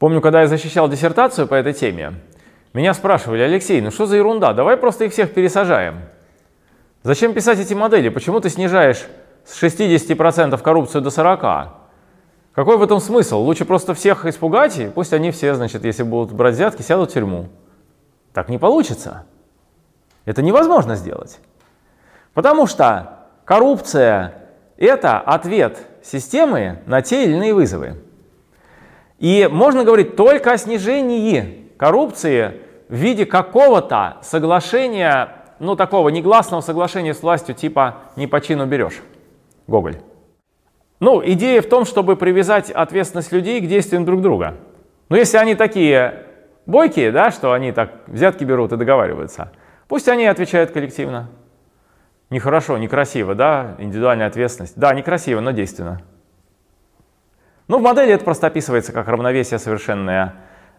Помню, когда я защищал диссертацию по этой теме, меня спрашивали: Алексей, ну что за ерунда, давай просто их всех пересажаем. Зачем писать эти модели? Почему ты снижаешь с 60% коррупцию до 40%? Какой в этом смысл? Лучше просто всех испугать, и пусть они все, значит, если будут брать взятки, сядут в тюрьму. Так не получится. Это невозможно сделать. Потому что коррупция – это ответ системы на те или иные вызовы. И можно говорить только о снижении коррупции в виде какого-то соглашения, ну такого негласного соглашения с властью типа «не по чину берешь». Гоголь. Ну, идея в том, чтобы привязать ответственность людей к действиям друг друга. Но если они такие бойкие, да, что они так взятки берут и договариваются, пусть они отвечают коллективно. Нехорошо, некрасиво, да, индивидуальная ответственность. Да, некрасиво, но действенно. Ну, в модели это просто описывается как равновесие совершенное,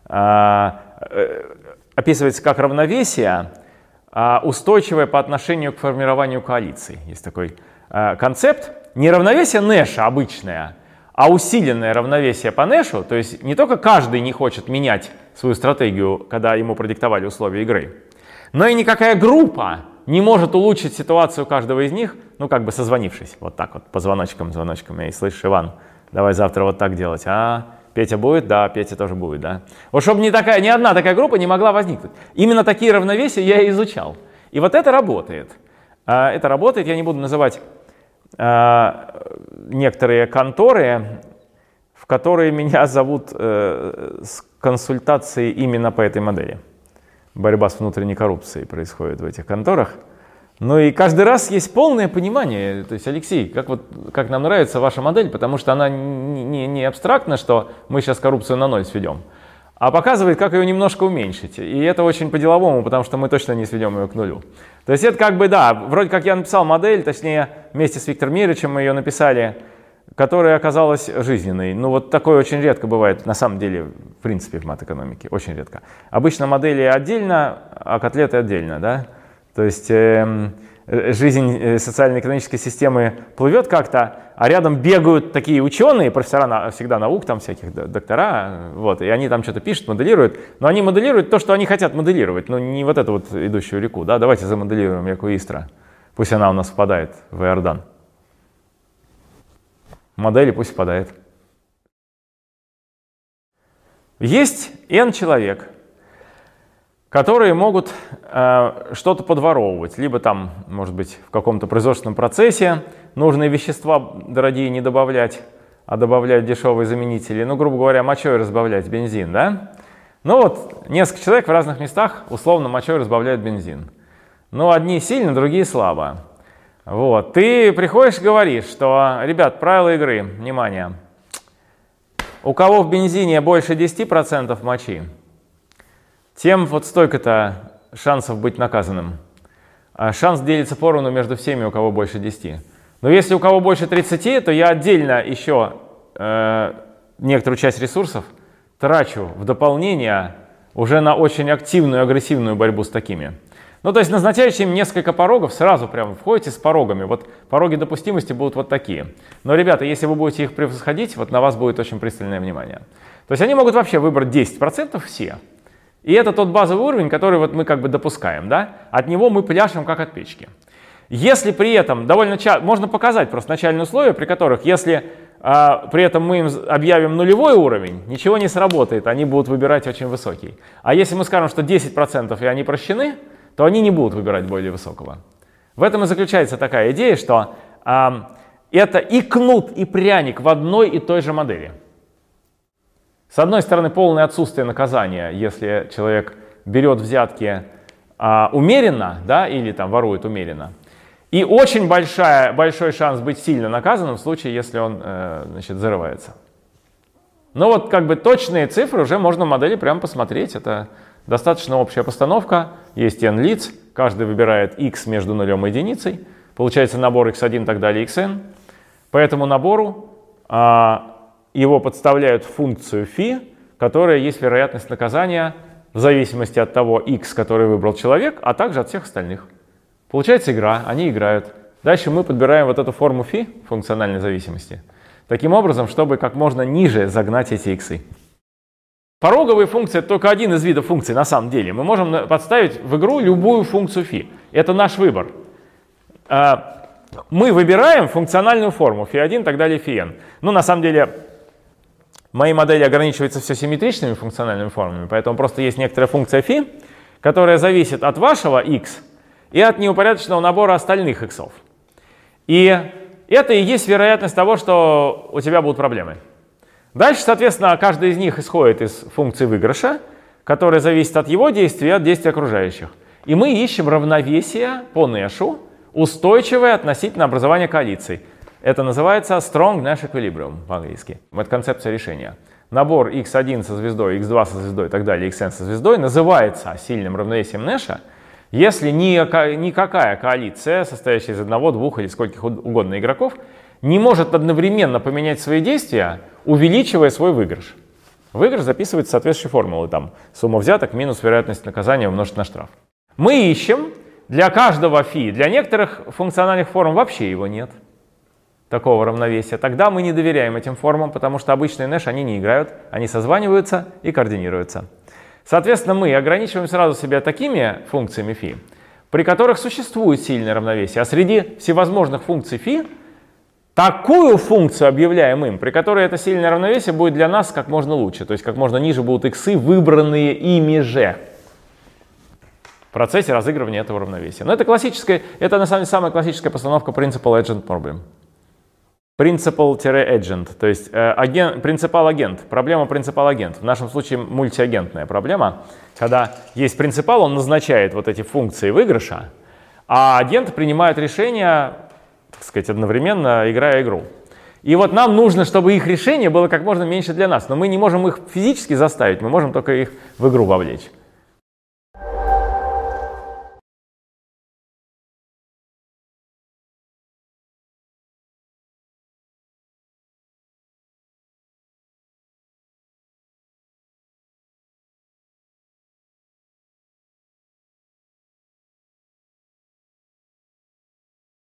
описывается как равновесие, устойчивое по отношению к формированию коалиций. Есть такой концепт. Не равновесие Нэша обычное, а усиленное равновесие по Нэшу. То есть не только каждый не хочет менять свою стратегию, когда ему продиктовали условия игры, но и никакая группа не может улучшить ситуацию каждого из них, ну как бы созвонившись, вот так вот, по звоночкам. Эй, слышишь, Иван, давай завтра вот так делать. А, Петя будет? Да, Петя тоже будет, да. Вот чтобы ни одна такая группа не могла возникнуть. Именно такие равновесия я и изучал. И вот это работает. Это работает, я не буду называть некоторые конторы, в которые меня зовут с консультацией именно по этой модели. Борьба с внутренней коррупцией происходит в этих конторах. Ну и каждый раз есть полное понимание. То есть, Алексей, как нам нравится ваша модель, потому что она не абстрактна, что мы сейчас коррупцию на ноль сведем, а показывает, как ее немножко уменьшить. И это очень по-деловому, потому что мы точно не сведем ее к нулю. То есть это как бы, да, вроде как я написал модель, точнее, вместе с Виктором Миричем мы ее написали, которая оказалась жизненной. Ну вот такое очень редко бывает, на самом деле, в принципе, в матэкономике, очень редко. Обычно модели отдельно, а котлеты отдельно, да. То есть жизнь социально-экономической системы плывет как-то, а рядом бегают такие ученые, профессора всегда наук, там всяких доктора, вот, и они там что-то пишут, моделируют, но они моделируют то, что они хотят моделировать, но не вот эту вот идущую реку, да, давайте замоделируем реку Истра, пусть она у нас впадает в Иордан. Модели пусть впадает. Есть N человек, которые могут что-то подворовывать, либо там, может быть, в каком-то производственном процессе нужные вещества дорогие не добавлять, а добавлять дешевые заменители, ну, грубо говоря, мочой разбавлять бензин, да? Ну вот, несколько человек в разных местах условно мочой разбавляют бензин. Ну, одни сильно, другие слабо. Вот, ты приходишь и говоришь, что, ребят, правила игры, внимание, у кого в бензине больше 10% мочи, тем вот столько-то шансов быть наказанным. А шанс делится поровну между всеми, у кого больше 10. Но если у кого больше 30, то я отдельно еще некоторую часть ресурсов трачу в дополнение уже на очень активную, агрессивную борьбу с такими. Ну, то есть назначаете им несколько порогов, сразу прям входите с порогами. Вот пороги допустимости будут вот такие. Но, ребята, если вы будете их превосходить, вот на вас будет очень пристальное внимание. То есть они могут вообще выбрать 10% все. И это тот базовый уровень, который вот мы как бы допускаем, да? От него мы пляшем как от печки. Если при этом довольно часто, можно показать просто начальные условия, при которых, если при этом мы им объявим нулевой уровень, ничего не сработает, они будут выбирать очень высокий. А если мы скажем, что 10% и они прощены, то они не будут выбирать более высокого. В этом и заключается такая идея, что это и кнут, и пряник в одной и той же модели. С одной стороны, полное отсутствие наказания, если человек берет взятки умеренно, да, или там ворует умеренно. И очень большой шанс быть сильно наказанным в случае, если он значит, зарывается. Но вот как бы точные цифры уже можно в модели прямо посмотреть. Это достаточно общая постановка. Есть n лиц, каждый выбирает x между нулем и единицей. Получается набор x1 и так далее xn. По этому набору его подставляют в функцию φ, которая есть вероятность наказания в зависимости от того x, который выбрал человек, а также от всех остальных. Получается игра, они играют. Дальше мы подбираем вот эту форму φ, функциональной зависимости, таким образом, чтобы как можно ниже загнать эти иксы. Пороговые функции — это только один из видов функций на самом деле. Мы можем подставить в игру любую функцию φ. Это наш выбор. Мы выбираем функциональную форму φ1 и так далее φn. Ну, на самом деле, мои модели ограничиваются все симметричными функциональными формами, поэтому просто есть некоторая функция φ, которая зависит от вашего x и от неупорядоченного набора остальных иксов. И это и есть вероятность того, что у тебя будут проблемы. Дальше, соответственно, каждый из них исходит из функции выигрыша, которая зависит от его действия и от действий окружающих. И мы ищем равновесие по Нэшу, устойчивое относительно образования коалиций. Это называется strong Nash equilibrium по-английски. Это концепция решения. Набор x1 со звездой, x2 со звездой и так далее, xn со звездой называется сильным равновесием Нэша, если никакая коалиция, состоящая из одного, двух или скольких угодно игроков, не может одновременно поменять свои действия, увеличивая свой выигрыш. Выигрыш записывается соответствующей формулой, там сумма взяток минус вероятность наказания умножить на штраф. Мы ищем для каждого φ, для некоторых функциональных форм вообще его нет, такого равновесия. Тогда мы не доверяем этим формам, потому что обычные Нэш, они не играют, они созваниваются и координируются. Соответственно, мы ограничиваем сразу себя такими функциями φ, при которых существует сильное равновесие, а среди всевозможных функций φ такую функцию объявляем им, при которой это сильное равновесие будет для нас как можно лучше, то есть как можно ниже будут иксы, выбранные ими же в процессе разыгрывания этого равновесия. Но это классическая, это на самом деле самая классическая постановка Principal-Agent Problem. Principal-agent, то есть принципал-агент, проблема принципал-агент. В нашем случае мультиагентная проблема, когда есть принципал, он назначает вот эти функции выигрыша, а агент принимает решения, так сказать, одновременно играя игру. И вот нам нужно, чтобы их решение было как можно меньше для нас, но мы не можем их физически заставить, мы можем только их в игру вовлечь.